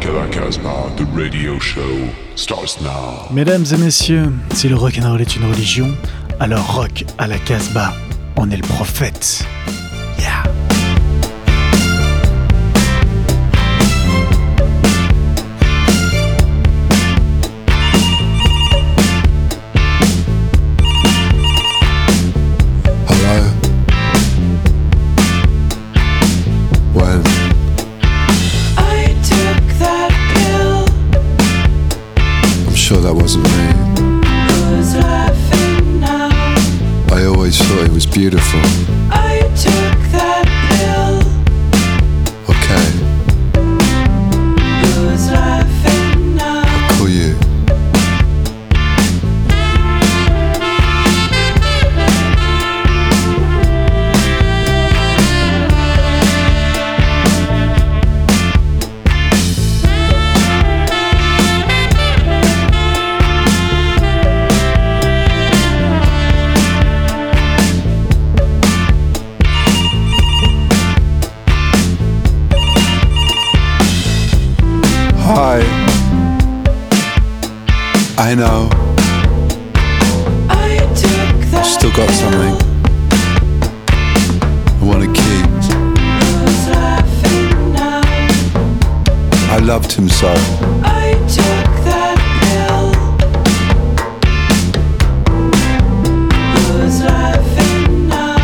Rock à la Casbah, the radio show starts now. Mesdames et messieurs, si le rock'n'roll est une religion, alors Rock à la Casbah, on est le prophète. Yeah. Sure that wasn't me. Who's laughing now? I always thought it was beautiful. I took that pill. Okay, Who's laughing now? I'll call you. Hi. I know. I took that Still got pill. something I wanna keep. Who's laughing now? I loved him so. I took that pill. Who's laughing now?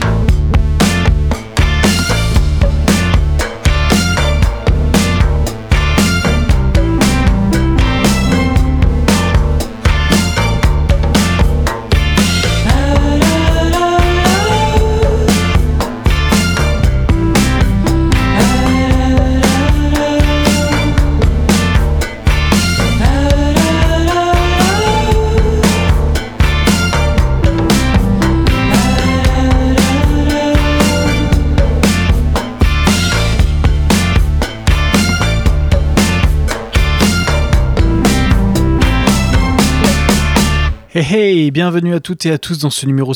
Hey hey, bienvenue à toutes et à tous dans ce numéro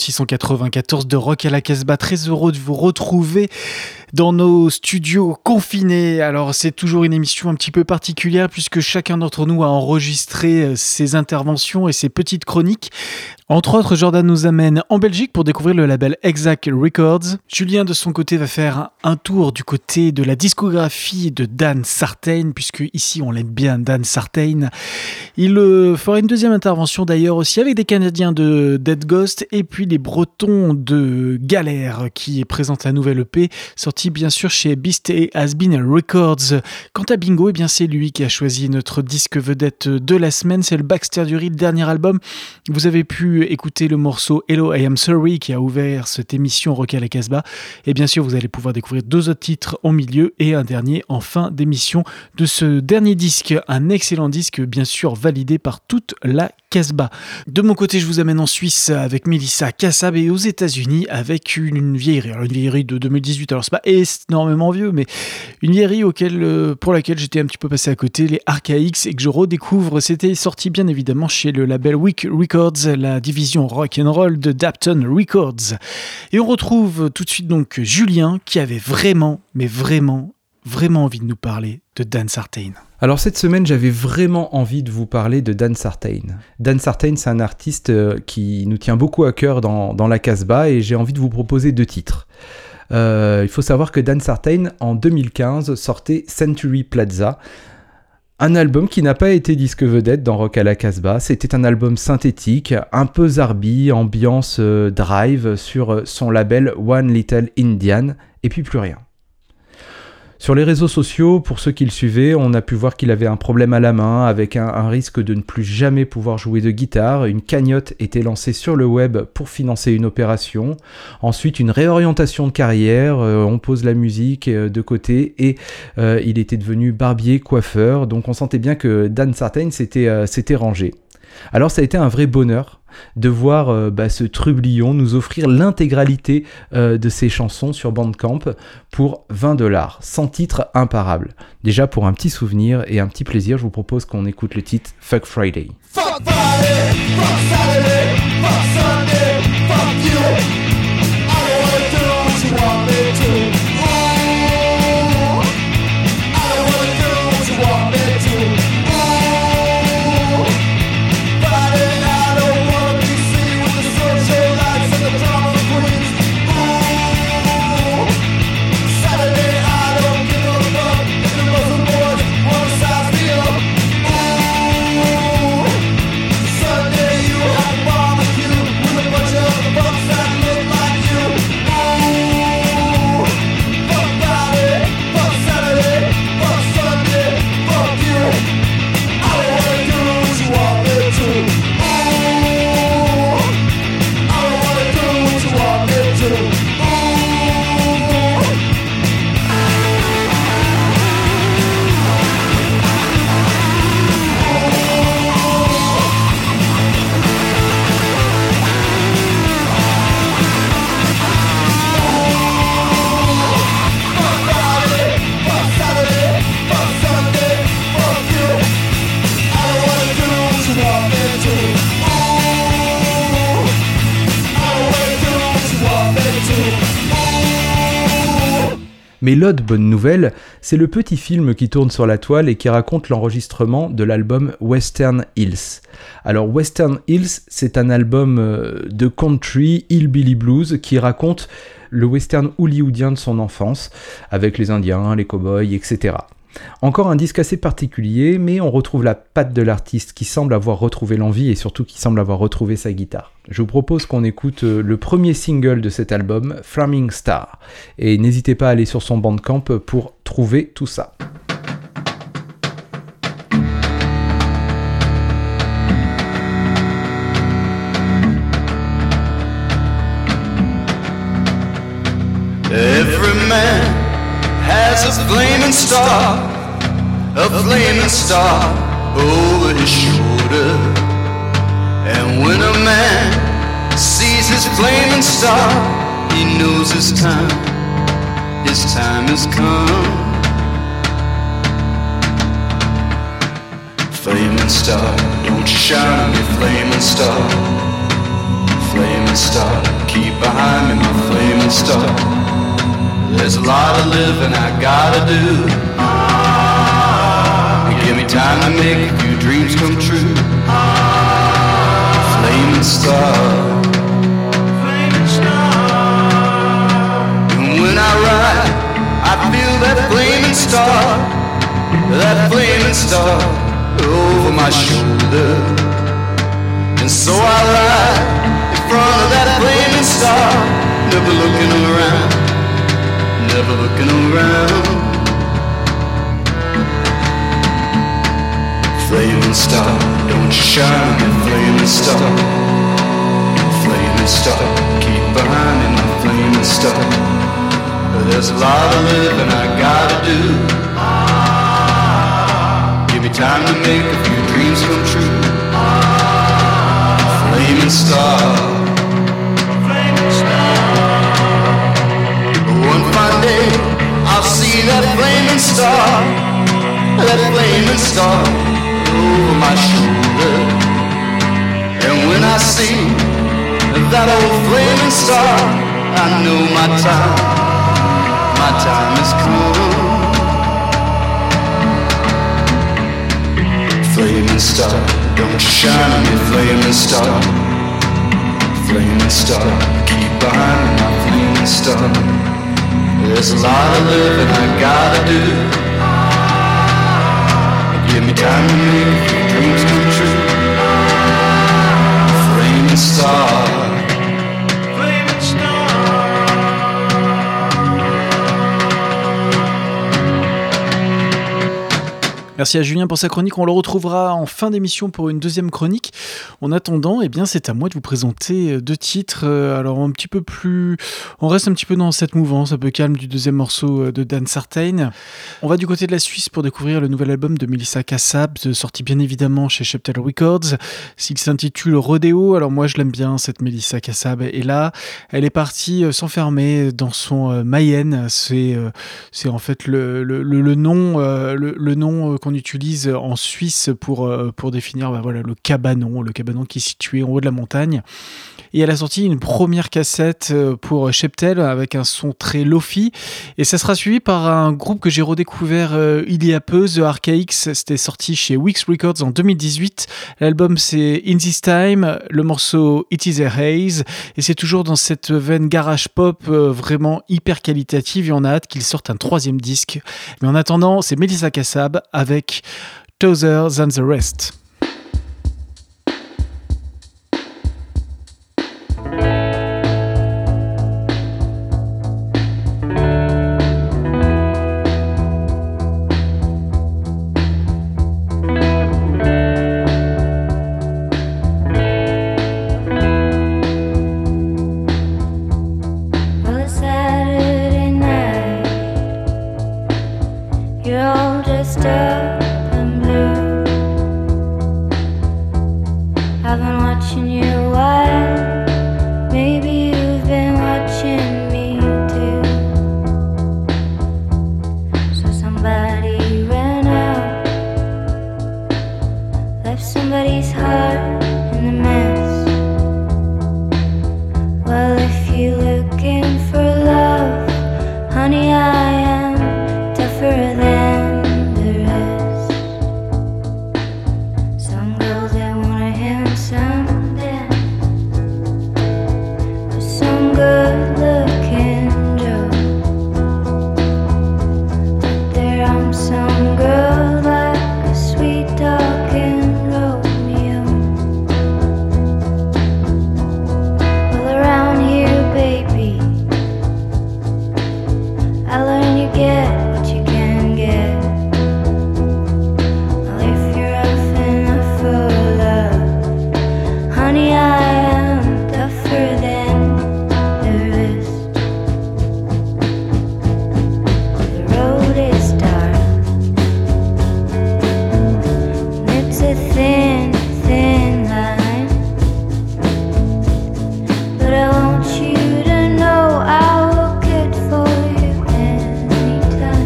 694 de Rock à la Casbah. Très heureux de vous retrouver dans nos studios confinés. Alors c'est toujours une émission un petit peu particulière puisque chacun d'entre nous a enregistré ses interventions et ses petites chroniques. Entre autres, Jordan nous amène en Belgique pour découvrir le label Exact Records. Julien, de son côté, va faire un tour du côté de la discographie de Dan Sartain, puisque ici, on l'aime bien, Dan Sartain. Il fera une deuxième intervention d'ailleurs aussi avec des Canadiens de Dead Ghost et puis les Bretons de Galère qui présentent la nouvelle EP, sortie bien sûr chez Beast et Has Been Records. Quant à Bingo, eh bien, c'est lui qui a choisi notre disque vedette de la semaine, c'est le Baxter Dury, le dernier album. Vous avez pu écouter le morceau Hello I Am Sorry qui a ouvert cette émission Rock à la Casbah, et bien sûr vous allez pouvoir découvrir deux autres titres en milieu et un dernier en fin d'émission de ce dernier disque, un excellent disque bien sûr validé par toute la Casbah. De mon côté, je vous amène en Suisse avec Melissa Kassab et aux États-Unis avec une vieillerie. Alors une vieillerie de 2018, alors c'est pas énormément vieux, mais une vieillerie pour laquelle j'étais un petit peu passé à côté, les Archaïx, et que je redécouvre. C'était sorti bien évidemment chez le label Weak Records, la division rock'n'roll de Dapton Records. Et on retrouve tout de suite donc Julien qui avait vraiment envie de nous parler de Dan Sartain. Alors cette semaine, j'avais vraiment envie de vous parler de Dan Sartain. Dan Sartain, c'est un artiste qui nous tient beaucoup à cœur dans la Casbah et j'ai envie de vous proposer deux titres. Il faut savoir que Dan Sartain, en 2015, sortait Century Plaza, un album qui n'a pas été disque vedette dans Rock à la Casbah. C'était un album synthétique, un peu zarbi, ambiance drive sur son label One Little Indian, et puis plus rien. Sur les réseaux sociaux, pour ceux qui le suivaient, on a pu voir qu'il avait un problème à la main avec un risque de ne plus jamais pouvoir jouer de guitare. Une cagnotte était lancée sur le web pour financer une opération. Ensuite, une réorientation de carrière, on pose la musique de côté et il était devenu barbier, coiffeur. Donc on sentait bien que Dan Sartain s'était rangé. Alors ça a été un vrai bonheur de voir ce trublion nous offrir l'intégralité de ses chansons sur Bandcamp pour $20, 100 titres imparables. Déjà pour un petit souvenir et un petit plaisir, je vous propose qu'on écoute le titre Fuck Friday. Fuck Friday, fuck Saturday, fuck Sunday, fuck you. I don't wanna do what you want me to. Ooh, I don't wanna do what you want me to. to. Ooh, I don't wanna do what you want me to. Ooh. Mais l'autre bonne nouvelle, c'est le petit film qui tourne sur la toile et qui raconte l'enregistrement de l'album Western Hills. Alors Western Hills, c'est un album de country, hillbilly blues, qui raconte le western hollywoodien de son enfance, avec les Indiens, les cow-boys, etc. Encore un disque assez particulier, mais on retrouve la patte de l'artiste qui semble avoir retrouvé l'envie et surtout qui semble avoir retrouvé sa guitare. Je vous propose qu'on écoute le premier single de cet album, Flaming Star. Et n'hésitez pas à aller sur son Bandcamp pour trouver tout ça. Every man has a flaming star over his shoulder. And when a man sees his flaming star, he knows his time has come. Flaming star, don't you shine on me, flaming star. Flaming star, keep behind me, my flaming star. There's a lot of living I gotta do. Give me time to make a few dreams come true. Flaming star. And when I ride, I feel that flaming star over my shoulder. And so I ride in front of that flaming star, never looking around. Never looking around. Flaming star, don't you shine on me, flaming star. Flaming star, keep behind me, my flaming star. There's a lot of living I gotta do. Give me time to make a few dreams come true. Flaming star. One fine day, I'll see that flaming star over my shoulder. And when I see that old flaming star, I know my time has come. Flaming star, don't you shine on me, flaming star. Flaming star, keep behind me, my flaming star. There's a lot of living I gotta do. Give me time to make a few dreams come true. Flaming star. Flaming star. Merci à Julien pour sa chronique. On le retrouvera en fin d'émission pour une deuxième chronique. En attendant, eh bien, c'est à moi de vous présenter deux titres. Alors, un petit peu plus... On reste un petit peu dans cette mouvance un peu calme du deuxième morceau de Dan Sartain. On va du côté de la Suisse pour découvrir le nouvel album de Melissa Kassab, sorti bien évidemment chez Cheptel Records. Il s'intitule Rodeo. Alors moi, je l'aime bien, cette Melissa Kassab. Et là, elle est partie s'enfermer dans son Mayenne. C'est en fait le nom qu'on utilise en Suisse pour définir le cabanon qui est situé en haut de la montagne. Et elle a sorti une première cassette pour Cheptel avec un son très lofi. Et ça sera suivi par un groupe que j'ai redécouvert il y a peu, The Archaics. C'était sorti chez Wix Records en 2018. L'album c'est In This Time, le morceau It Is a Haze. Et c'est toujours dans cette veine garage pop vraiment hyper qualitative. Et on a hâte qu'ils sortent un troisième disque. Mais en attendant, c'est Melissa Kassab avec Tougher Than the Rest. Somebody's heart in the mess. Well, if you're looking for love, honey, I am tougher than the rest. Some girls they want a handsome dad, or some good-looking Joe. But there I'm some girl like a sweet talking Romeo. Well, around here, baby, I learn you get what you can get. Well, if you're rough enough for love, honey, I am tougher than the rest. The road is dark, and it's a thin, thin line. But I want you to know I will get for you anytime.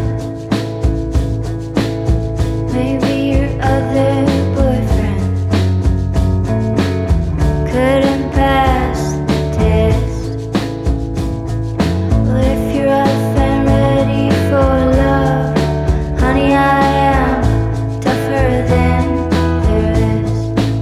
Maybe your other boyfriend couldn't pass the test. Well, if you're up and ready for love, honey, I am tougher than the rest.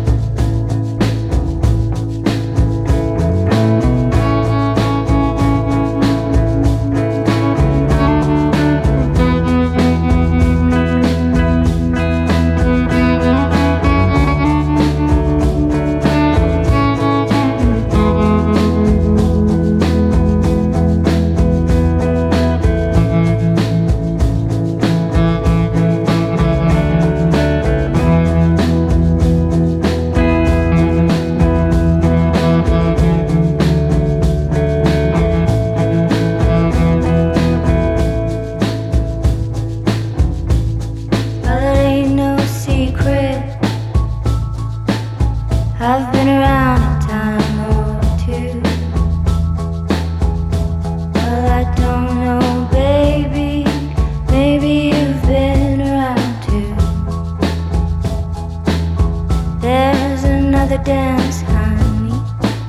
Well, it ain't no secret, I've been around a time or two. Well, I don't know, baby, maybe you've been around too. There's another dance, honey.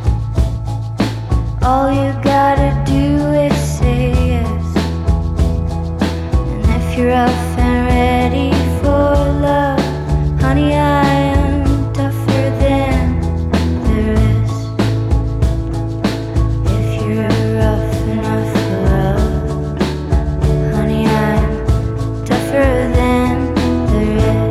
All you gotta do is say yes. And if you're up and ready for love, honey, I am tougher than the rest. If you're rough enough for love, honey, I'm tougher than the rest.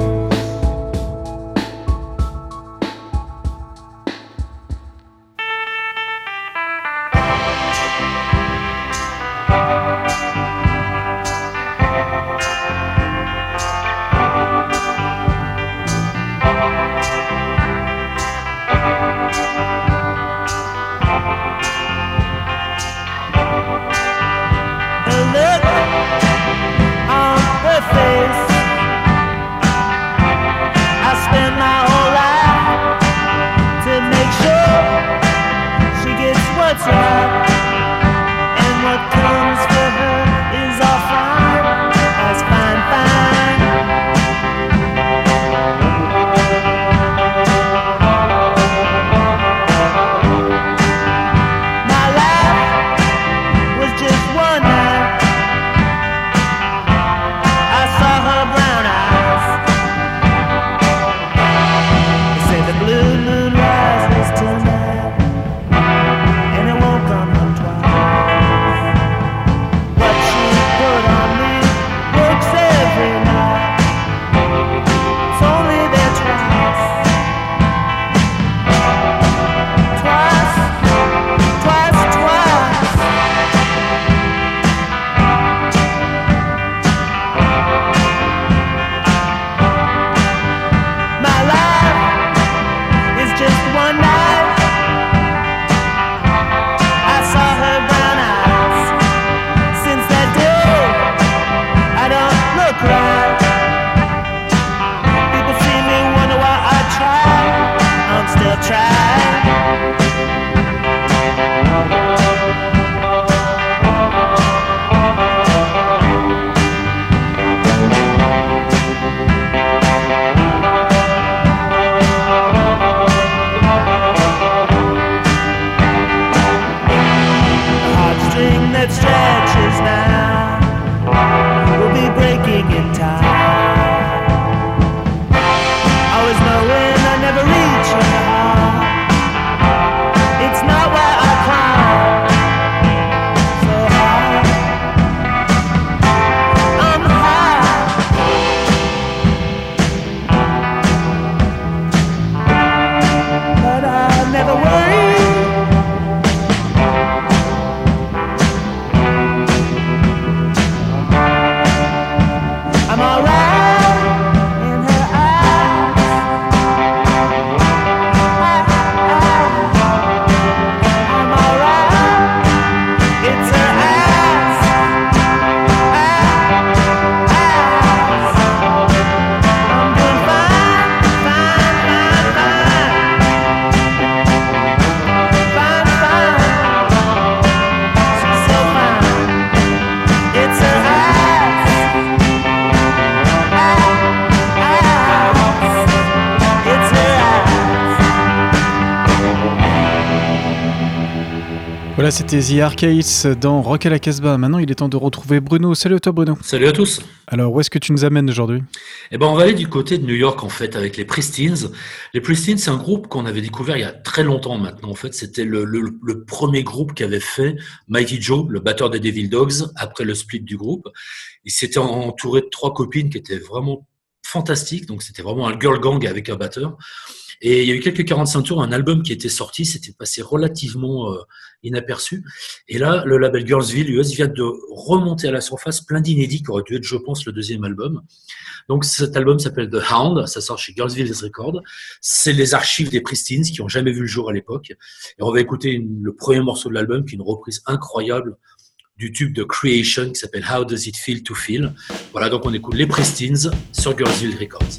Voilà, c'était The Arcades dans Rock à la Casbah. Maintenant, il est temps de retrouver Bruno. Salut à toi, Bruno. Salut à tous. Alors, où est-ce que tu nous amènes aujourd'hui ? Eh ben, on va aller du côté de New York, en fait, avec les Pristines. Les Pristines, c'est un groupe qu'on avait découvert il y a très longtemps maintenant. En fait, c'était le premier groupe qu'avait fait Mighty Joe, le batteur des Devil Dogs, après le split du groupe. Il s'était entouré de 3 copines qui étaient vraiment fantastiques. Donc, c'était vraiment un girl gang avec un batteur. Et il y a eu quelques 45 tours, un album qui était sorti, c'était passé relativement inaperçu. Et là, le label Girlsville US vient de remonter à la surface plein d'inédits qui auraient dû être, je pense, le deuxième album. Donc cet album s'appelle The Hound, ça sort chez Girlsville Records. C'est les archives des Pristines qui n'ont jamais vu le jour à l'époque. Et on va écouter le premier morceau de l'album qui est une reprise incroyable du tube de Creation qui s'appelle How Does It Feel to Feel. Voilà, donc on écoute les Pristines sur Girlsville Records.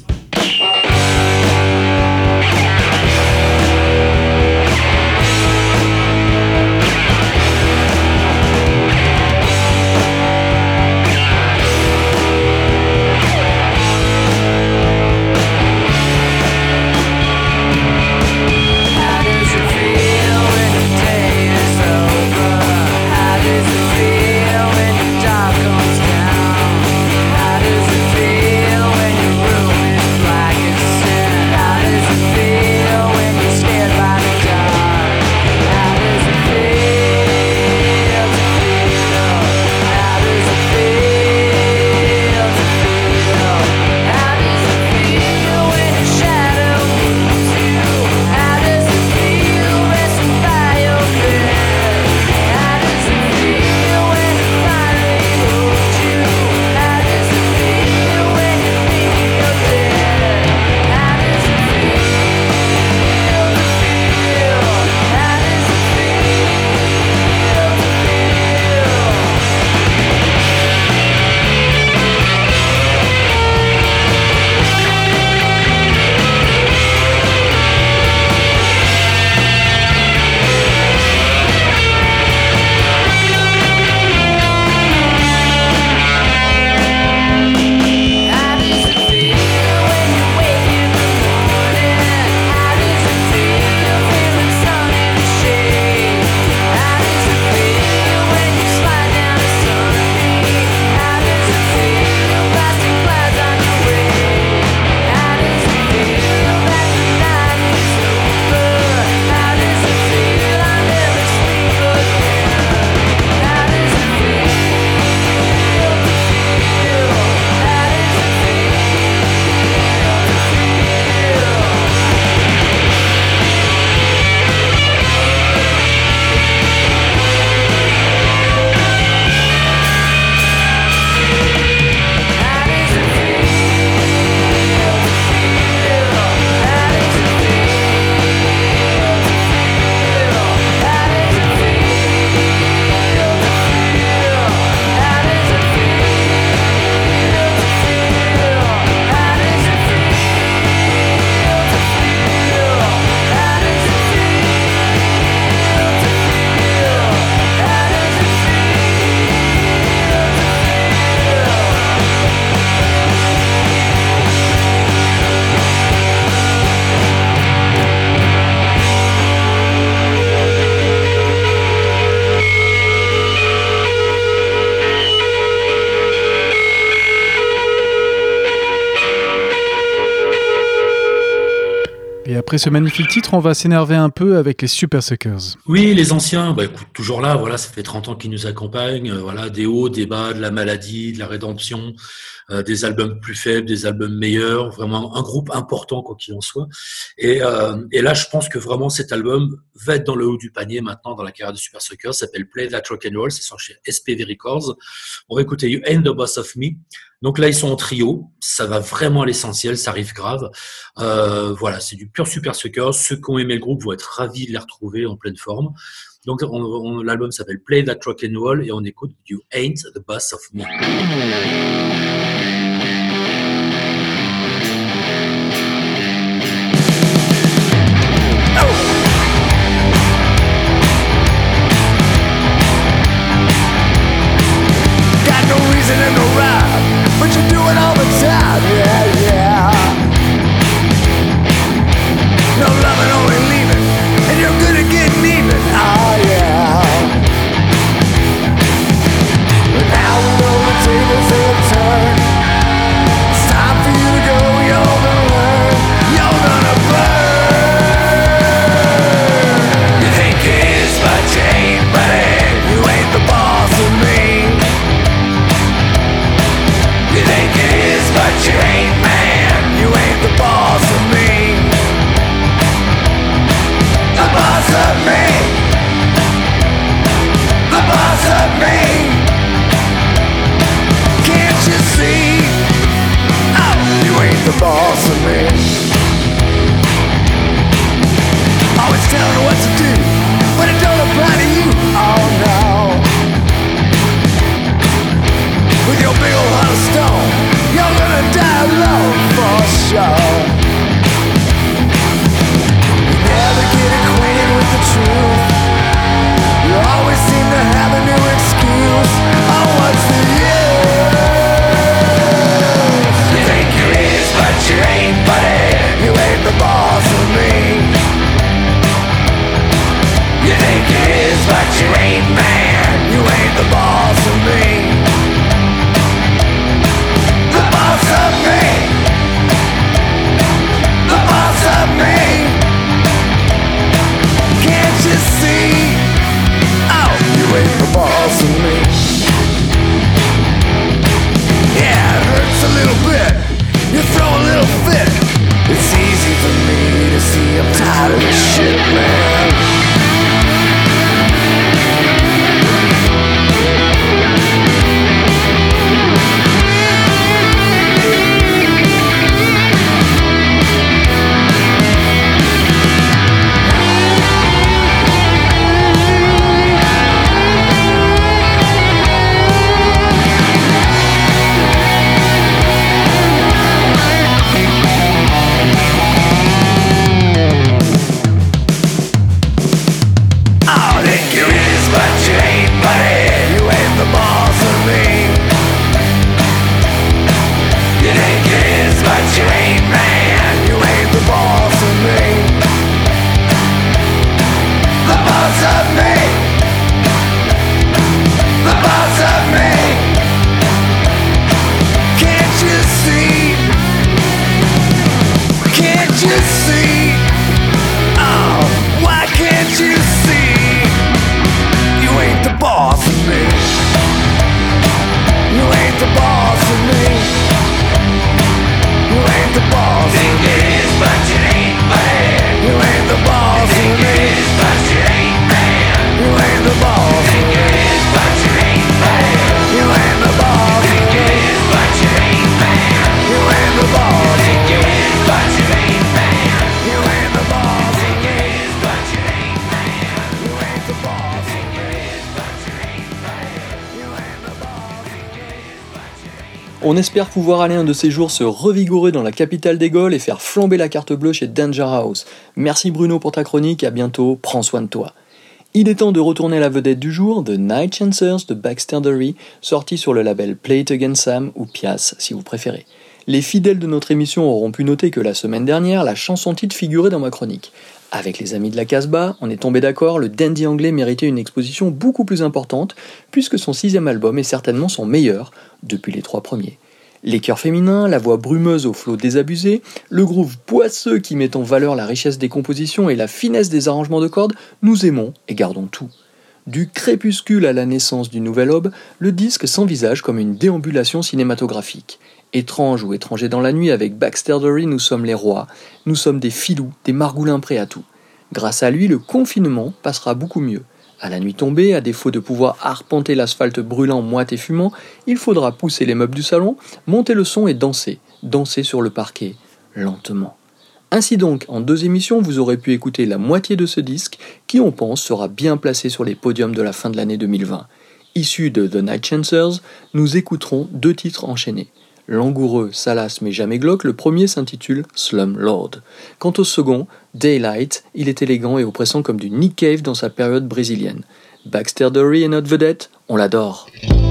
Après ce magnifique titre, on va s'énerver un peu avec les Super Suckers. Oui, les anciens, écoute, toujours là, voilà, ça fait 30 ans qu'ils nous accompagnent, voilà, des hauts, des bas, de la maladie, de la rédemption, des albums plus faibles, des albums meilleurs, vraiment un groupe important quoi qu'il en soit. Et là, je pense que vraiment cet album va être dans le haut du panier maintenant dans la carrière de Super Suckers, ça s'appelle Play That Rock and Roll, c'est sorti chez SPV Records. On va écouter You Ain't the Boss of Me. Donc là, ils sont en trio, ça va vraiment à l'essentiel, ça arrive grave. Voilà, c'est du pur Super Suckers. Ceux qui ont aimé le groupe vont être ravis de les retrouver en pleine forme. Donc l'album s'appelle Play That Rock and Roll et on écoute You Ain't the Boss of Me. Got no reason and no rhyme, but you do it all the time, yeah, yeah. No loving, only leaving, and you're good at getting even, oh yeah. love for sure. You never get acquainted with the truth. You always seem to have a new excuse. Oh, what's the use? You think you is, but you ain't, buddy. You ain't the boss of me. You think you is, but you ain't, man. You ain't the boss of me. The boss of me. The boss of me. Can't you see? Oh, you ain't the boss of me. Yeah, it hurts a little bit. You throw a little fit. It's easy for me to see I'm tired of this shit, man. On espère pouvoir aller un de ces jours se revigorer dans la capitale des Gaules et faire flamber la carte bleue chez Danger House. Merci Bruno pour ta chronique, à bientôt, prends soin de toi. Il est temps de retourner à la vedette du jour, The Night Chancers de Baxter Dury, sorti sur le label Play It Again Sam ou Pias si vous préférez. Les fidèles de notre émission auront pu noter que la semaine dernière, la chanson-titre figurait dans ma chronique. Avec les amis de la Casbah, on est tombé d'accord, le dandy anglais méritait une exposition beaucoup plus importante, puisque son 6e album est certainement son meilleur, depuis les 3 premiers. Les chœurs féminins, la voix brumeuse au flot désabusé, le groove poisseux qui met en valeur la richesse des compositions et la finesse des arrangements de cordes, nous aimons et gardons tout. Du crépuscule à la naissance du nouvel aube, le disque s'envisage comme une déambulation cinématographique. Étrange ou étranger dans la nuit, avec Baxter Dury, nous sommes les rois, nous sommes des filous, des margoulins prêts à tout. Grâce à lui, le confinement passera beaucoup mieux. À la nuit tombée, à défaut de pouvoir arpenter l'asphalte brûlant, moite et fumant, il faudra pousser les meubles du salon, monter le son et danser sur le parquet, lentement. Ainsi donc, en 2 émissions, vous aurez pu écouter la moitié de ce disque, qui on pense sera bien placé sur les podiums de la fin de l'année 2020. Issu de The Night Chancers, nous écouterons 2 titres enchaînés. Langoureux, salace mais jamais glauque, le premier s'intitule Slumlord. Quant au second, Daylight, il est élégant et oppressant comme du Nick Cave dans sa période brésilienne. Baxter Dury est notre vedette, on l'adore.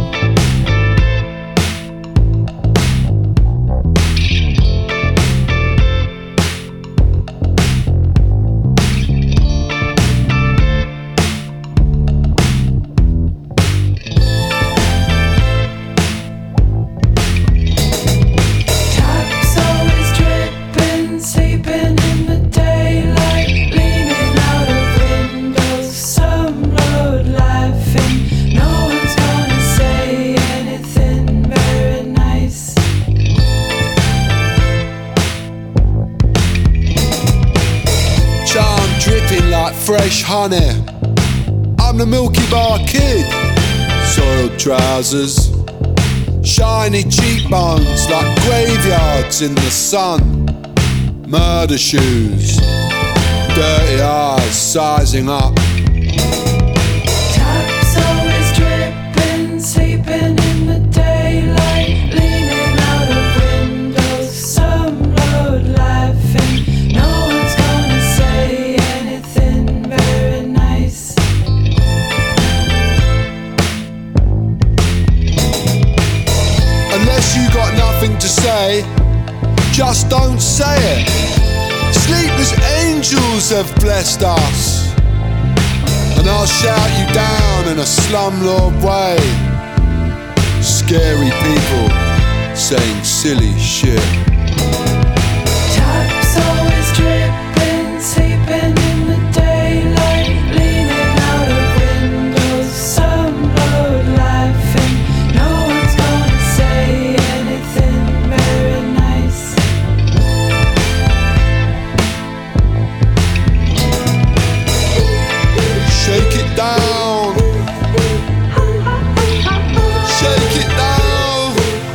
Fresh honey, I'm the Milky Bar kid. Soiled trousers, shiny cheekbones like graveyards in the sun. Murder shoes, dirty eyes sizing up. Taps always dripping, sleeping in the daylight, leaning out of windows. just don't say it. Sleepless angels have blessed us, and I'll shout you down in a slumlord way. Scary people saying silly shit. Taps always dripping, sleeping in the daylight, leaning out of windows, some blood laughing. No one's gonna say anything very nice. Shake it down. Shake it down.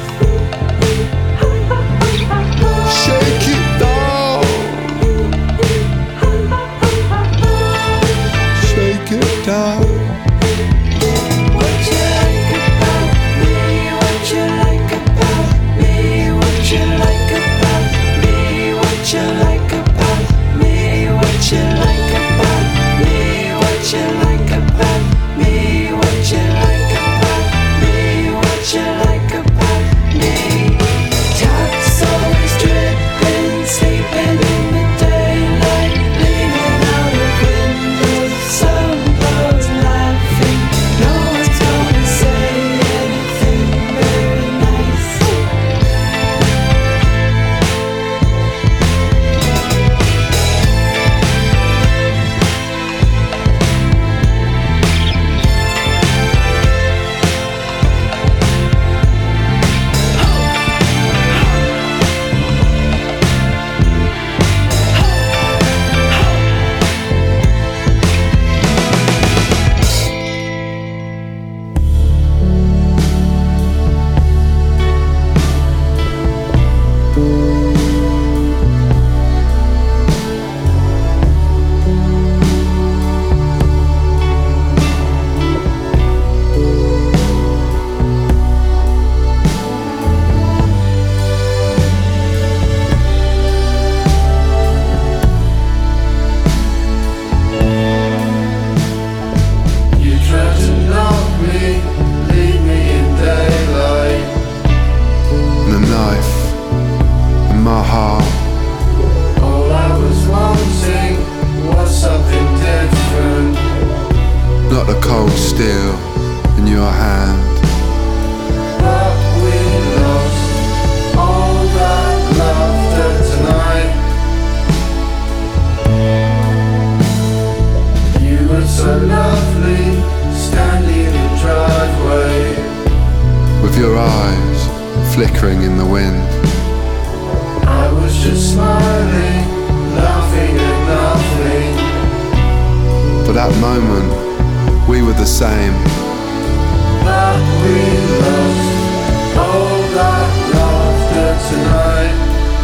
Shake it down. Shake it down. What you like about me? What you like about me? What you like about me? What you like about me? What you like about me? What you like about me? What you like about me? What you like about me? Taps always dripping, sleeping in the daylight, leaning out of windows, some blows laughing. No one's gonna say anything very nice. You tried to knock me, leave me in daylight. And a knife in my heart. All I was wanting was something different. Not the cold steel in your hand. But we lost all that laughter tonight. You were so lovely, standing in the driveway. With your eyes flickering in the wind. I was just smiling, laughing at nothing. For that moment, we were the same. But we lost all that laughter tonight.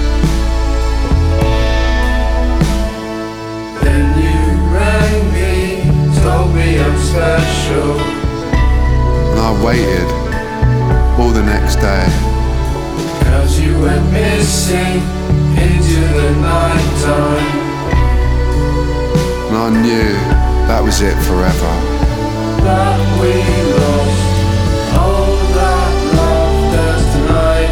Then you rang me, told me I'm special. And I waited all the next day. 'Cause you went missing into the night time. And I knew that was it forever. But we lost all that laughter tonight.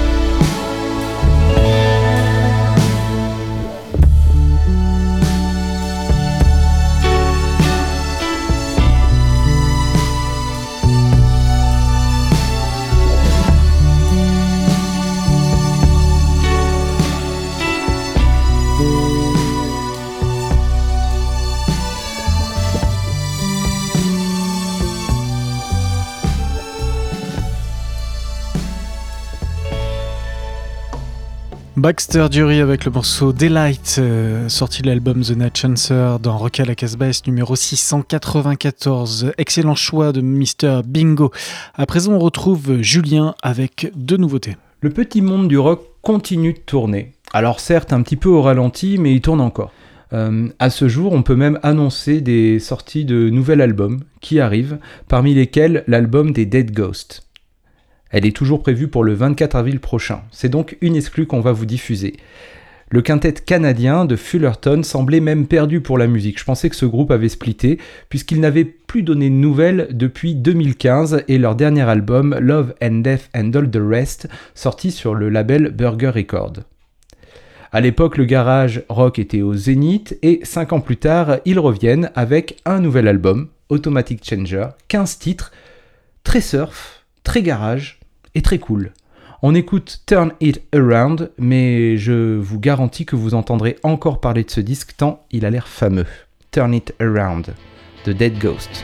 Baxter Dury avec le morceau Daylight, sorti de l'album The Night Chancer dans Rock à la Casbah, numéro 694. Excellent choix de Mr Bingo. À présent, on retrouve Julien avec deux nouveautés. Le petit monde du rock continue de tourner. Alors certes, un petit peu au ralenti, mais il tourne encore. À ce jour, on peut même annoncer des sorties de nouvel album qui arrivent, parmi lesquels l'album des Dead Ghosts. Elle est toujours prévue pour le 24 avril prochain. C'est donc une exclue qu'on va vous diffuser. Le quintet canadien de Fullerton semblait même perdu pour la musique. Je pensais que ce groupe avait splitté, puisqu'ils n'avaient plus donné de nouvelles depuis 2015 et leur dernier album, Love and Death and All the Rest, sorti sur le label Burger Records. À l'époque, le garage rock était au zénith et 5 ans plus tard, ils reviennent avec un nouvel album, Automatic Changer, 15 titres, très surf, très garage et très cool. On écoute Turn It Around, mais je vous garantis que vous entendrez encore parler de ce disque tant il a l'air fameux. Turn It Around, de Dead Ghost.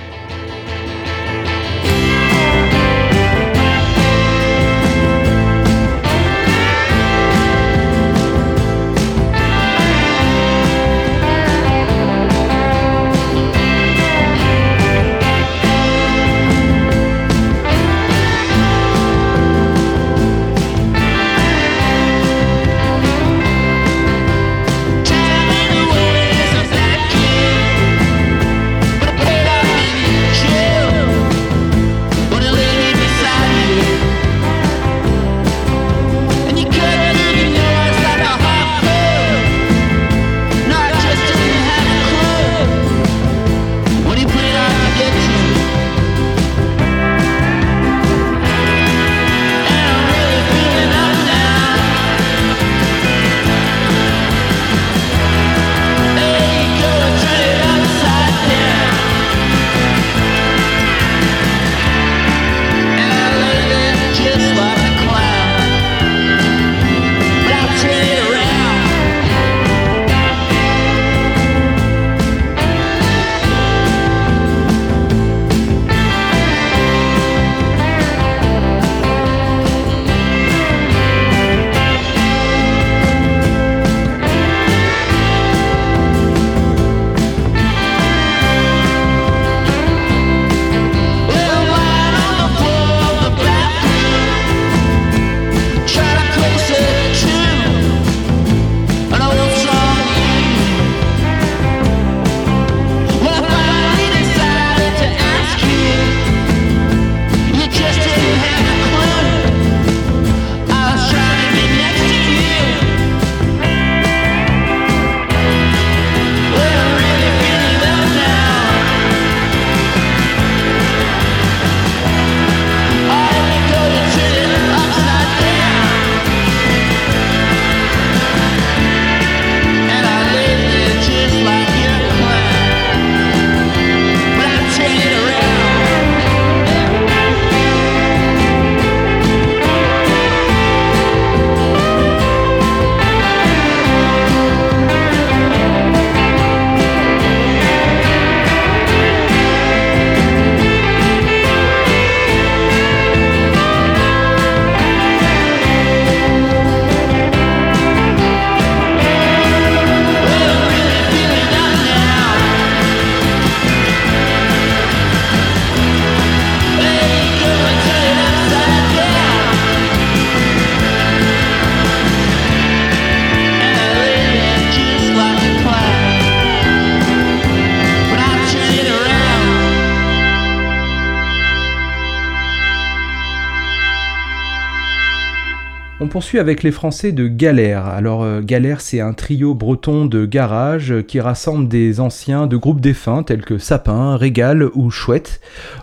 On poursuit avec les Français de Galère. Alors Galère, c'est un trio breton de garage qui rassemble des anciens de groupes défunts tels que Sapin, Régal ou Chouette.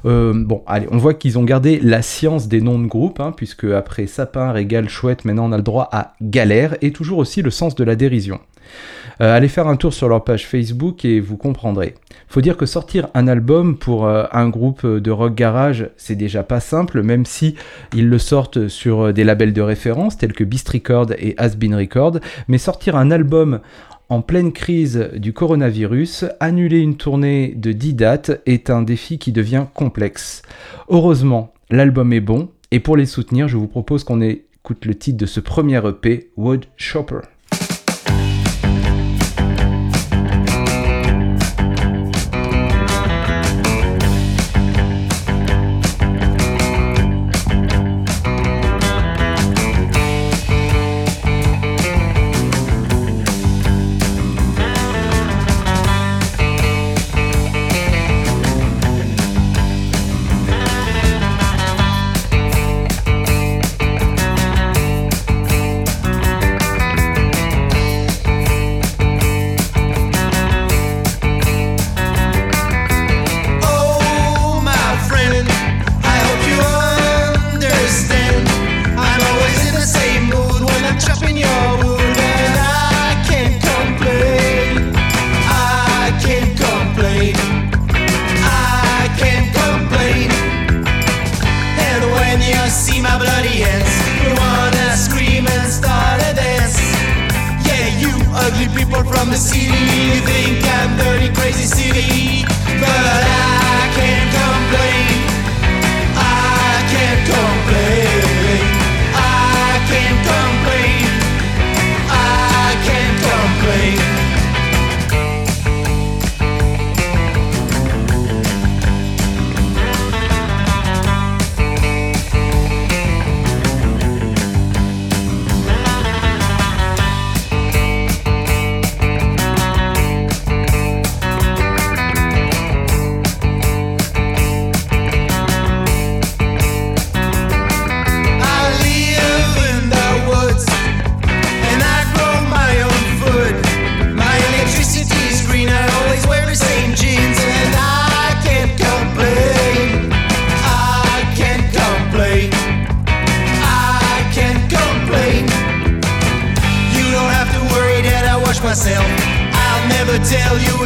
Allez, on voit qu'ils ont gardé la science des noms de groupes, puisque après Sapin, Régal, Chouette, maintenant on a le droit à Galère, et toujours aussi le sens de la dérision. Allez faire un tour sur leur page Facebook et vous comprendrez. Faut dire que sortir un album pour un groupe de rock garage, c'est déjà pas simple, même si ils le sortent sur des labels de référence tels que Beast Records et Has Been Records, mais sortir un album en pleine crise du coronavirus, annuler une tournée de 10 dates est un défi qui devient complexe. Heureusement, l'album est bon, et pour les soutenir, je vous propose qu'on écoute le titre de ce premier EP, Wood Chopper.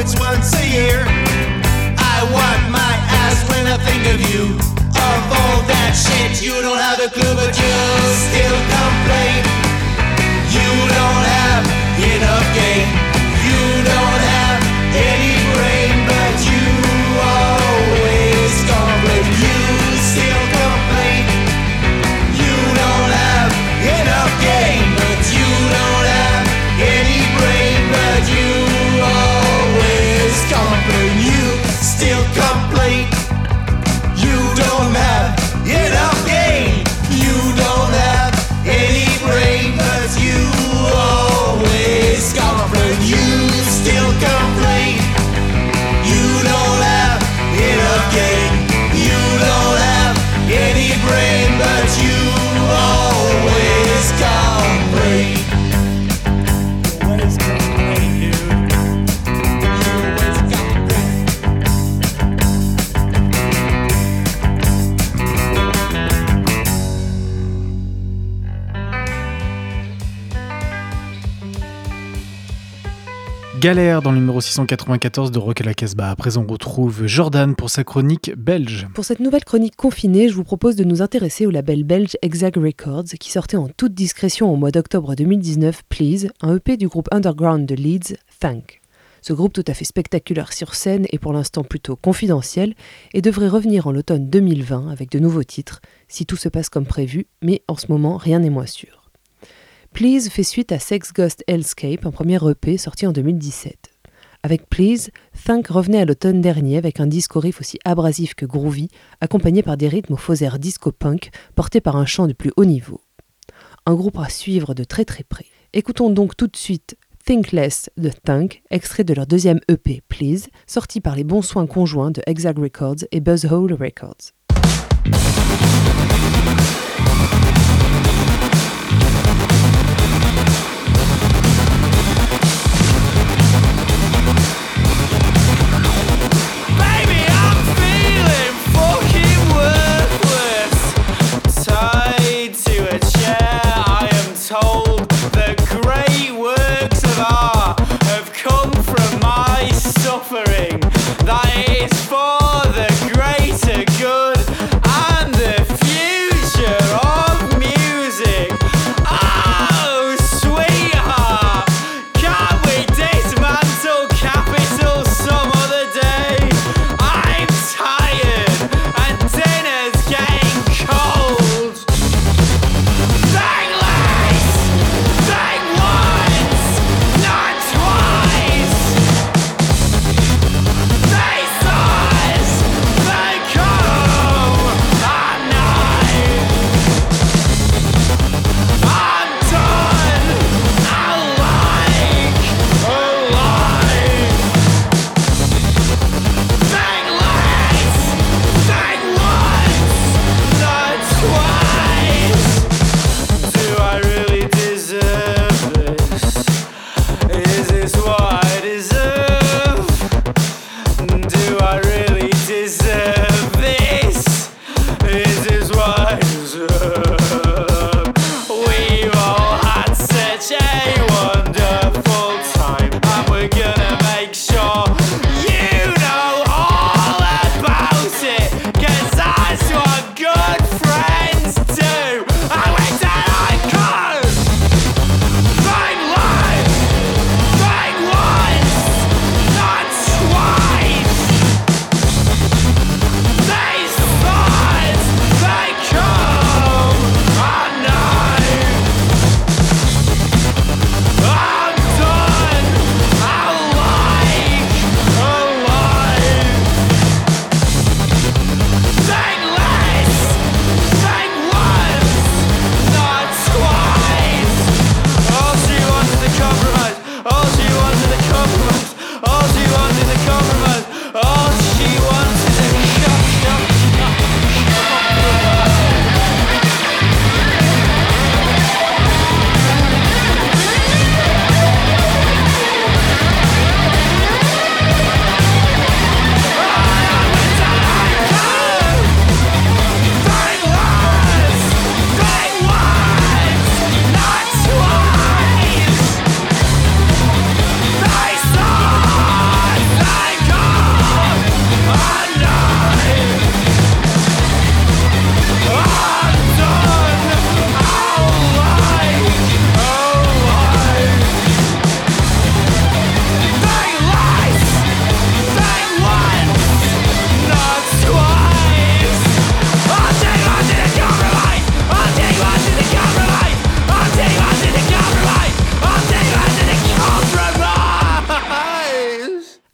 it's once a year. I wipe my ass when I think of you. Of all that shit, you don't have a clue, but you still complain. You don't have enough game. You don't have any brain, but you always complain. You still complain. You don't have enough game, but you don't have any brain, but you always complain. You still complain. You don't have enough game. You don't have any brain, but you always complain. You still complain. You don't have enough game. You don't have any brain, but you always complain. You always complain, dude. You always complain. Galère dans le numéro 694 de Rock à la Casbah. À présent, on retrouve Jordan pour sa chronique belge. Pour cette nouvelle chronique confinée, je vous propose de nous intéresser au label belge Exag Records qui sortait en toute discrétion au mois d'octobre 2019 Please, un EP du groupe underground de Leeds, Thank. Ce groupe tout à fait spectaculaire sur scène et pour l'instant plutôt confidentiel et devrait revenir en l'automne 2020 avec de nouveaux titres, si tout se passe comme prévu, mais en ce moment rien n'est moins sûr. Please fait suite à Sex Ghost Hellscape, un premier EP sorti en 2017. Avec Please, Thank revenait à l'automne dernier avec un disque au riff aussi abrasif que groovy, accompagné par des rythmes aux faux airs disco-punk portés par un chant de plus haut niveau. Un groupe à suivre de très très près. Écoutons donc tout de suite Think Less de Thank, extrait de leur deuxième EP Please, sorti par les bons soins conjoints de Exag Records et Buzzhole Records. That is for the greater good, and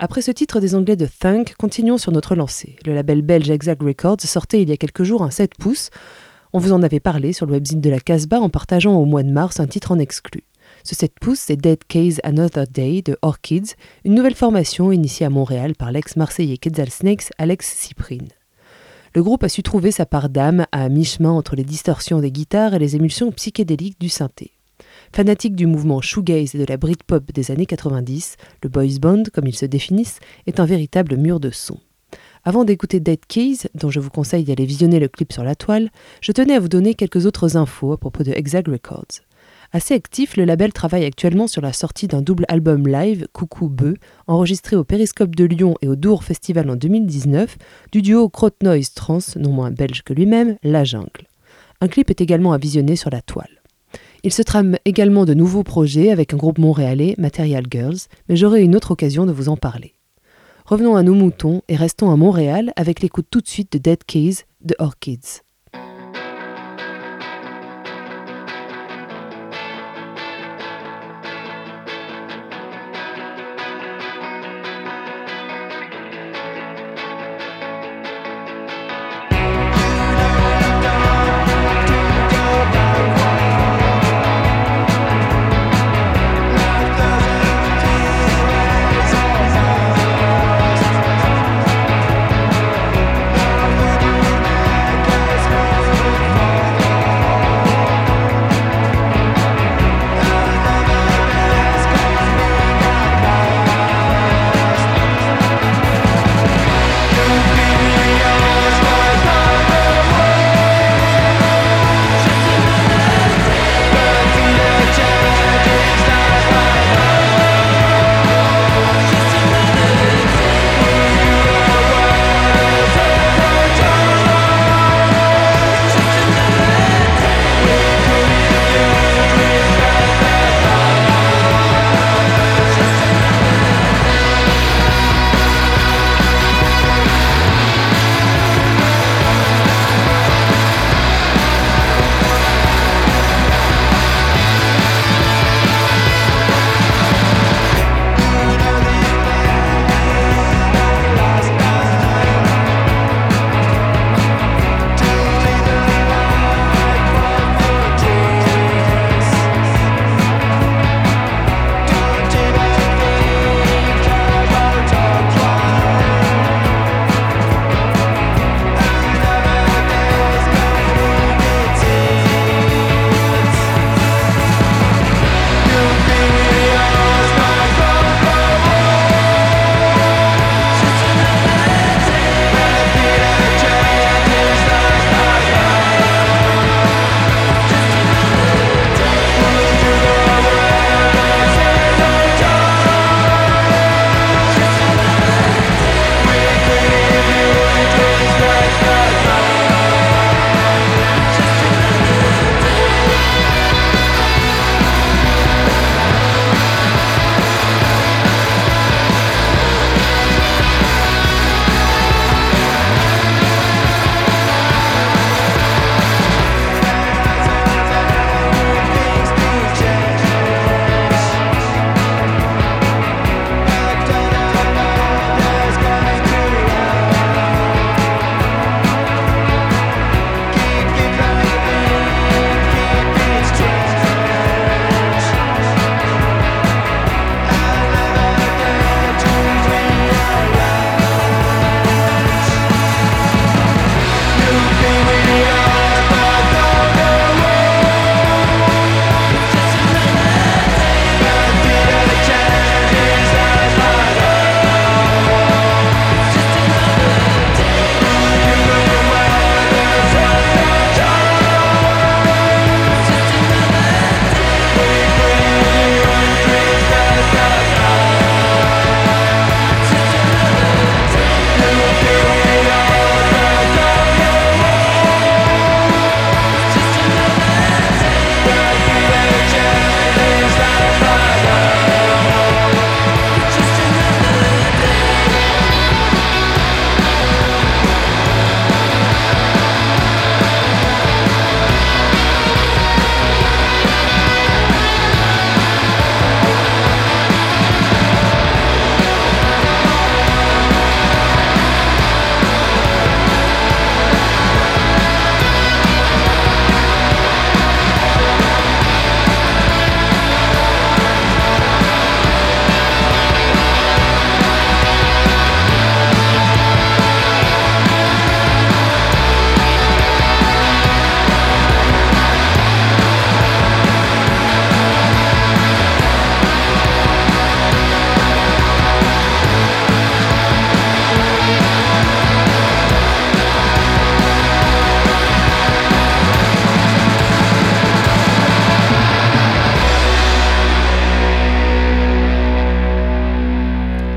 Après ce titre des Anglais de Thank, continuons sur notre lancée. Le label belge Exact Records sortait il y a quelques jours un 7 pouces. On vous en avait parlé sur le webzine de la Casbah en partageant au mois de mars un titre en exclu. Ce 7 pouces, c'est Dead Case Another Day de Orchids, une nouvelle formation initiée à Montréal par l'ex-marseillais Quetzal Snakes Alex Cyprine. Le groupe a su trouver sa part d'âme à mi-chemin entre les distorsions des guitares et les émulsions psychédéliques du synthé. Fanatique du mouvement shoegaze et de la Britpop des années 90, le boys band, comme ils se définissent, est un véritable mur de son. Avant d'écouter Dead Keys, dont je vous conseille d'aller visionner le clip sur la toile, je tenais à vous donner quelques autres infos à propos de Exact Records. Assez actif, le label travaille actuellement sur la sortie d'un double album live, Coucou Beu, enregistré au Périscope de Lyon et au Dour Festival en 2019, du duo Crotte Noise Trans, non moins belge que lui-même, La Jungle. Un clip est également à visionner sur la toile. Il se trame également de nouveaux projets avec un groupe montréalais, Material Girls, mais j'aurai une autre occasion de vous en parler. Revenons à nos moutons et restons à Montréal avec l'écoute tout de suite de Dead Keys de Orchids. Guys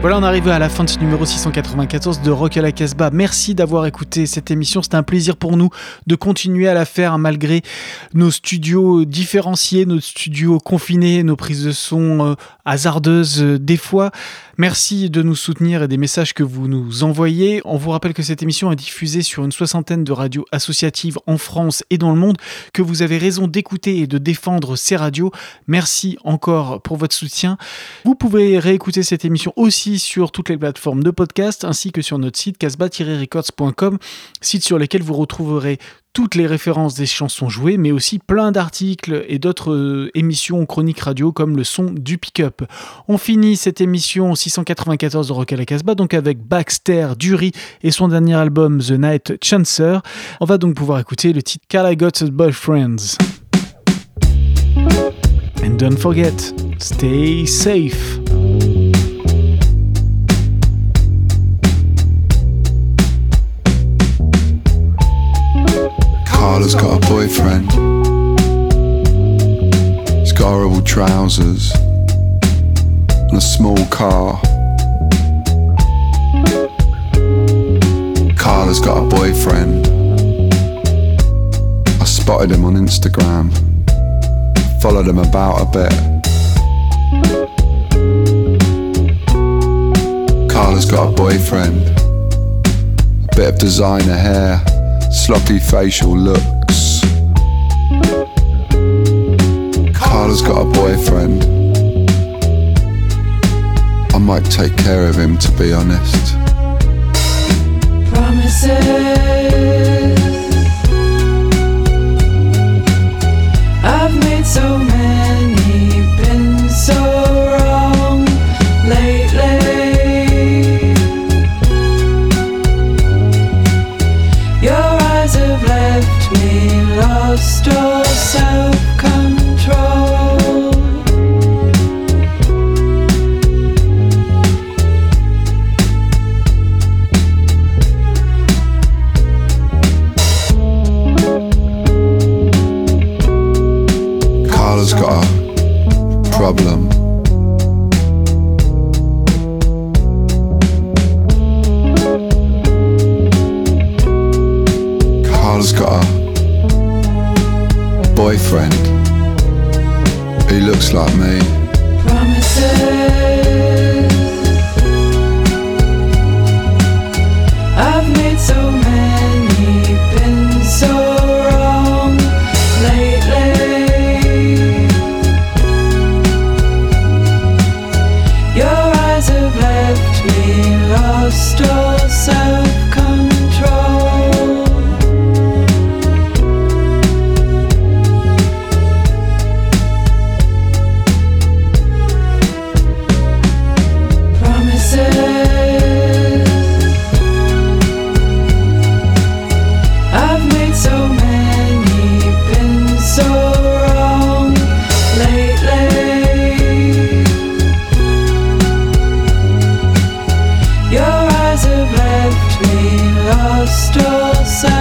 Voilà, on arrive à la fin de ce numéro 694 de Rock à la Casbah. Merci d'avoir écouté cette émission. C'était un plaisir pour nous de continuer à la faire malgré nos studios différenciés, nos studios confinés, nos prises de son hasardeuses des fois. Merci de nous soutenir et des messages que vous nous envoyez. On vous rappelle que cette émission est diffusée sur une 60aine de radios associatives en France et dans le monde, que vous avez raison d'écouter et de défendre ces radios. Merci encore pour votre soutien. Vous pouvez réécouter cette émission aussi sur toutes les plateformes de podcast ainsi que sur notre site casbah-records.com, site sur lequel vous retrouverez toutes les références des chansons jouées, mais aussi plein d'articles et d'autres émissions chroniques radio comme le son du pick-up. On finit cette émission 694 de Rock à la Casbah donc avec Baxter Dury et son dernier album The Night Chancer. On va donc pouvoir écouter le titre Call I Got Boyfriends. And don't forget, stay safe. Carla's got a boyfriend. He's got horrible trousers and a small car. Carla's got a boyfriend. I spotted him on Instagram. Followed him about a bit. Carla's got a boyfriend. A bit of designer hair. Sloppy facial looks. Carla's got a boyfriend. I might take care of him, to be honest. Promises I've made so many, been so wrong lately. Your eyes have left me lost all self-control. Carla's got a problem. Carla's got a boyfriend. He looks like me. Promises I've made so many, been so wrong lately. Your eyes have left me lost all self-control. I've made so many, been so wrong lately. Your eyes have left me lost all sight.